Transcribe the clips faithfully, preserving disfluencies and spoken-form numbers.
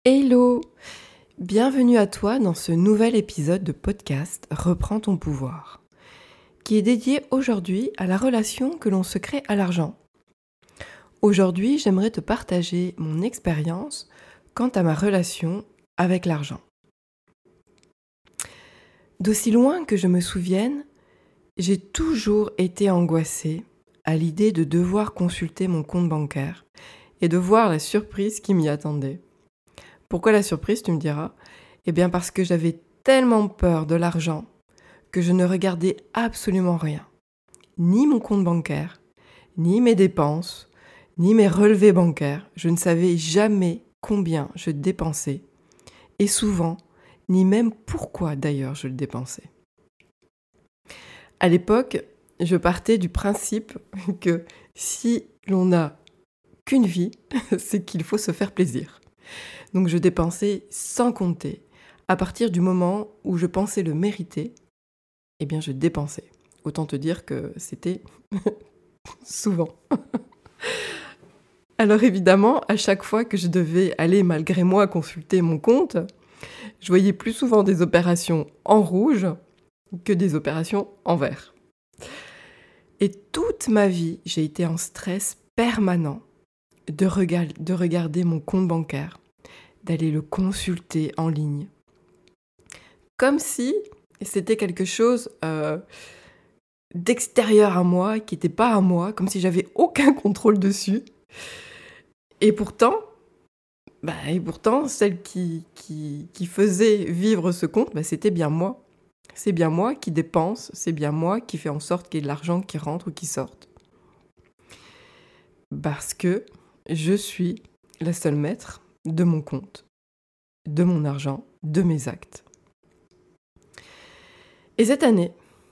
Hello! Bienvenue à toi dans ce nouvel épisode de podcast Reprends ton pouvoir, qui est dédié aujourd'hui à la relation que l'on se crée à l'argent. Aujourd'hui, j'aimerais te partager mon expérience quant à ma relation avec l'argent. D'aussi loin que je me souvienne, j'ai toujours été angoissée à l'idée de devoir consulter mon compte bancaire et de voir la surprise qui m'y attendait. Pourquoi la surprise, tu me diras ? Eh bien parce que j'avais tellement peur de l'argent que je ne regardais absolument rien. Ni mon compte bancaire, ni mes dépenses, ni mes relevés bancaires. Je ne savais jamais combien je dépensais. Et souvent, ni même pourquoi d'ailleurs je le dépensais. À l'époque, je partais du principe que si l'on n'a qu'une vie, c'est qu'il faut se faire plaisir. Donc je dépensais sans compter. À partir du moment où je pensais le mériter, eh bien je dépensais. Autant te dire que c'était souvent. Alors évidemment, à chaque fois que je devais aller malgré moi consulter mon compte, je voyais plus souvent des opérations en rouge que des opérations en vert. Et toute ma vie, j'ai été en stress permanent de, rega- de regarder mon compte bancaire, d'aller le consulter en ligne. Comme si c'était quelque chose euh, d'extérieur à moi, qui n'était pas à moi, comme si j'avais aucun contrôle dessus. Et pourtant, bah, et pourtant celle qui, qui, qui faisait vivre ce compte, bah, c'était bien moi. C'est bien moi qui dépense, c'est bien moi qui fait en sorte qu'il y ait de l'argent qui rentre ou qui sorte. Parce que je suis la seule maître de mon compte, de mon argent, de mes actes. Et cette année,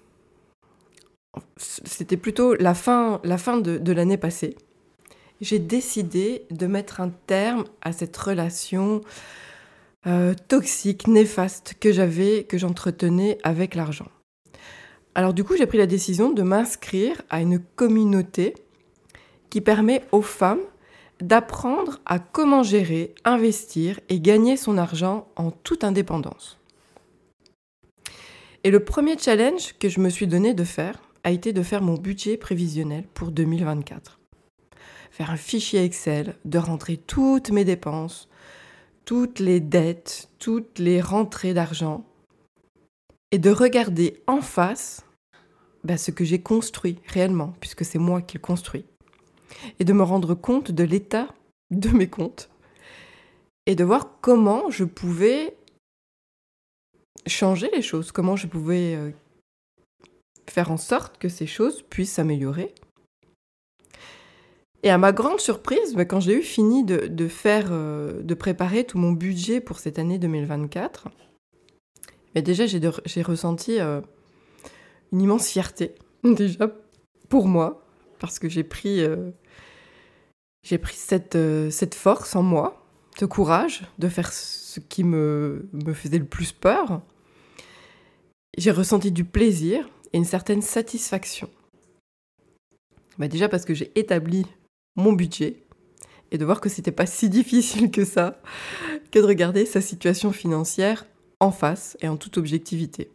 c'était plutôt la fin, la fin de, de l'année passée, j'ai décidé de mettre un terme à cette relation euh, toxique, néfaste que j'avais, que j'entretenais avec l'argent. Alors du coup, j'ai pris la décision de m'inscrire à une communauté qui permet aux femmes d'apprendre à comment gérer, investir et gagner son argent en toute indépendance. Et le premier challenge que je me suis donné de faire a été de faire mon budget prévisionnel pour deux mille vingt-quatre. Faire un fichier Excel, de rentrer toutes mes dépenses, toutes les dettes, toutes les rentrées d'argent et de regarder en face bah, ce que j'ai construit réellement, puisque c'est moi qui le construis, et de me rendre compte de l'état de mes comptes et de voir comment je pouvais changer les choses, comment je pouvais euh, faire en sorte que ces choses puissent s'améliorer. Et à ma grande surprise, bah, quand j'ai eu fini de, de faire, euh, de préparer tout mon budget pour cette année deux mille vingt-quatre, bah déjà j'ai, de, j'ai ressenti euh, une immense fierté, déjà pour moi, parce que j'ai pris, euh, j'ai pris cette, euh, cette force en moi, ce courage de faire ce qui me, me faisait le plus peur. J'ai ressenti du plaisir et une certaine satisfaction. Bah déjà parce que j'ai établi mon budget et de voir que c'était pas si difficile que ça, que de regarder sa situation financière en face et en toute objectivité.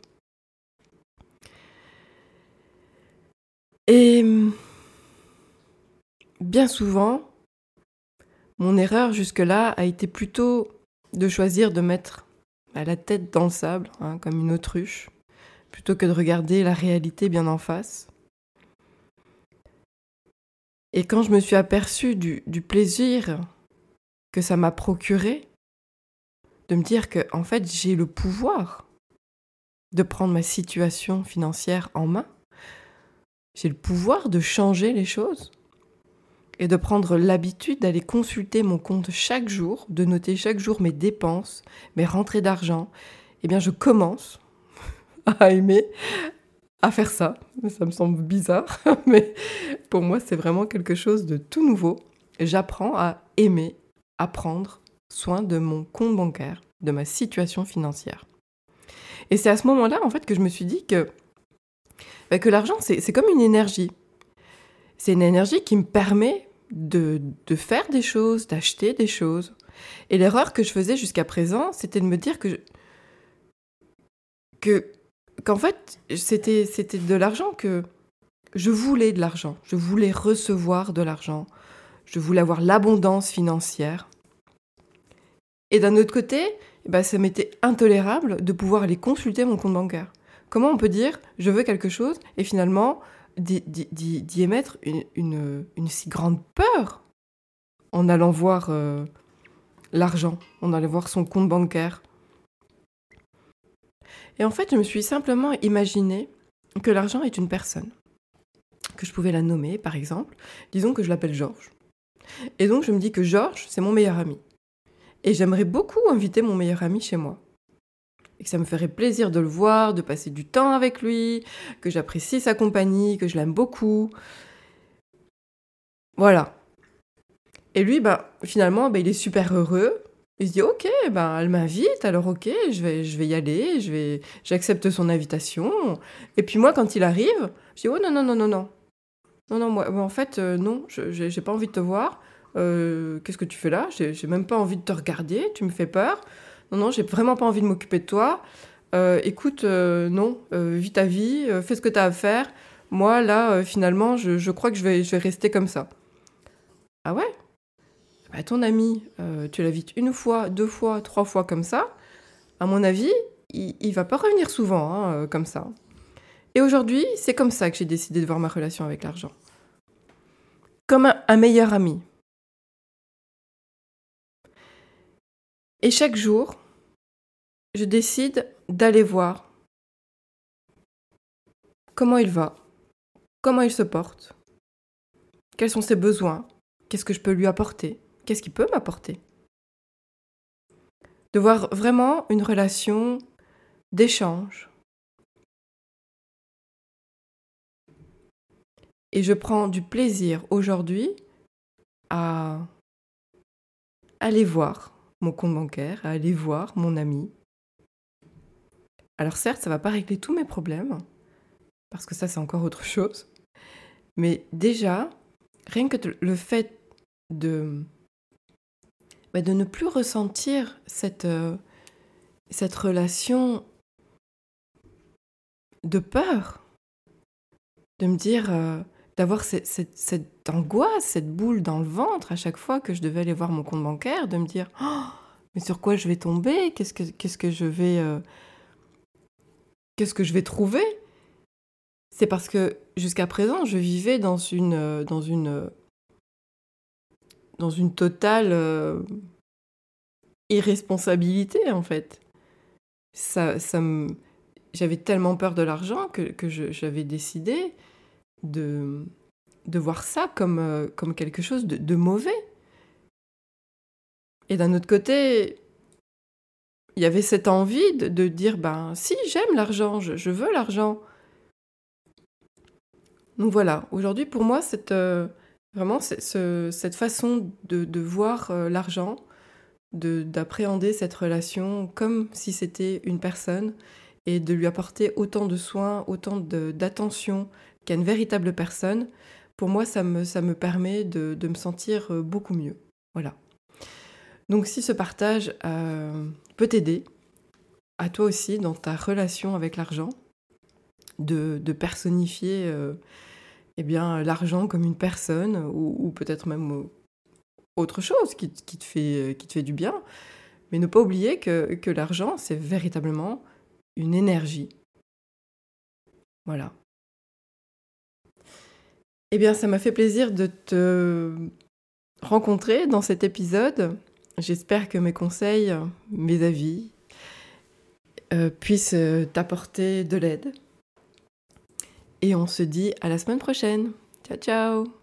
Et bien souvent, mon erreur jusque-là a été plutôt de choisir de mettre la tête dans le sable, hein, comme une autruche, plutôt que de regarder la réalité bien en face. Et quand je me suis aperçue du, du plaisir que ça m'a procuré, de me dire que en fait j'ai le pouvoir de prendre ma situation financière en main, j'ai le pouvoir de changer les choses et de prendre l'habitude d'aller consulter mon compte chaque jour, de noter chaque jour mes dépenses, mes rentrées d'argent, eh bien je commence à aimer à faire ça. Ça me semble bizarre, mais pour moi, c'est vraiment quelque chose de tout nouveau. J'apprends à aimer, à prendre soin de mon compte bancaire, de ma situation financière. Et c'est à ce moment-là, en fait, que je me suis dit que, bah, que l'argent, c'est, c'est comme une énergie. C'est une énergie qui me permet de, de faire des choses, d'acheter des choses. Et l'erreur que je faisais jusqu'à présent, c'était de me dire que, je- que qu'en fait, c'était, c'était de l'argent que je voulais de l'argent. Je voulais recevoir de l'argent. Je voulais avoir l'abondance financière. Et d'un autre côté, eh ben, ça m'était intolérable de pouvoir aller consulter mon compte bancaire. Comment on peut dire je veux quelque chose et finalement d'y, d'y- d'y- d'y émettre une, une- une si grande peur en allant voir euh, l'argent, en allant voir son compte bancaire. Et en fait, je me suis simplement imaginé que l'argent est une personne, que je pouvais la nommer par exemple. Disons que je l'appelle Georges. Et donc je me dis que Georges, c'est mon meilleur ami. Et j'aimerais beaucoup inviter mon meilleur ami chez moi. Et que ça me ferait plaisir de le voir, de passer du temps avec lui, que j'apprécie sa compagnie, que je l'aime beaucoup. Voilà. Et lui, bah, finalement, bah, il est super heureux. Il se dit, ok, bah, elle m'invite, alors ok, je vais, je vais y aller, je vais, j'accepte son invitation. Et puis moi, quand il arrive, je dis, oh non, non, non, non, non. Non, non, moi, moi, en fait, euh, non, je, j'ai, j'ai pas envie de te voir. Euh, qu'est-ce que tu fais là? J'ai, j'ai même pas envie de te regarder, tu me fais peur. Non, non, j'ai vraiment pas envie de m'occuper de toi. Euh, écoute, euh, non, euh, vis ta vie, euh, fais ce que t'as à faire. Moi, là, euh, finalement, je, je crois que je vais, je vais rester comme ça. Ah ouais? Bah, ton ami, euh, tu l'invites une fois, deux fois, trois fois comme ça. À mon avis, il, il va pas revenir souvent, hein, euh, comme ça. Et aujourd'hui, c'est comme ça que j'ai décidé de voir ma relation avec l'argent. Comme un, un meilleur ami. Et chaque jour, je décide d'aller voir comment il va, comment il se porte, quels sont ses besoins, qu'est-ce que je peux lui apporter, qu'est-ce qu'il peut m'apporter. De voir vraiment une relation d'échange. Et je prends du plaisir aujourd'hui à aller voir mon compte bancaire, à aller voir mon ami. Alors certes, ça va pas régler tous mes problèmes, parce que ça c'est encore autre chose. Mais déjà, rien que t- le fait de, bah, de ne plus ressentir cette, euh, cette relation de peur, de me dire, euh, d'avoir cette, cette- cette angoisse, cette boule dans le ventre à chaque fois que je devais aller voir mon compte bancaire, de me dire, oh, mais sur quoi je vais tomber? Qu'est-ce que, qu'est-ce que je vais, euh, qu'est-ce que je vais trouver? C'est parce que jusqu'à présent, je vivais dans une, euh, dans une, euh, dans une totale euh, irresponsabilité, en fait. Ça, ça me... J'avais tellement peur de l'argent que, que je- j'avais décidé de, de voir ça comme, euh, comme quelque chose de, de mauvais. Et d'un autre côté, il y avait cette envie de, de dire, ben si, j'aime l'argent, je, je veux l'argent. Donc voilà, aujourd'hui pour moi, cette, euh, vraiment c'est- ce- cette façon de, de voir euh, l'argent, de, d'appréhender cette relation comme si c'était une personne et de lui apporter autant de soins, autant de- d'attention qu'à une véritable personne, pour moi ça me, ça me permet de, de me sentir euh, beaucoup mieux. Voilà. Donc si ce partage euh, peut t'aider, à toi aussi dans ta relation avec l'argent, de, de personnifier euh, eh bien, l'argent comme une personne ou, ou peut-être même euh, autre chose qui, t- qui te fait, qui te fait du bien. Mais ne pas oublier que, que l'argent, c'est véritablement une énergie. Voilà. Eh bien, ça m'a fait plaisir de te rencontrer dans cet épisode. J'espère que mes conseils, mes avis euh, puissent euh, t'apporter de l'aide. Et on se dit à la semaine prochaine. Ciao, ciao!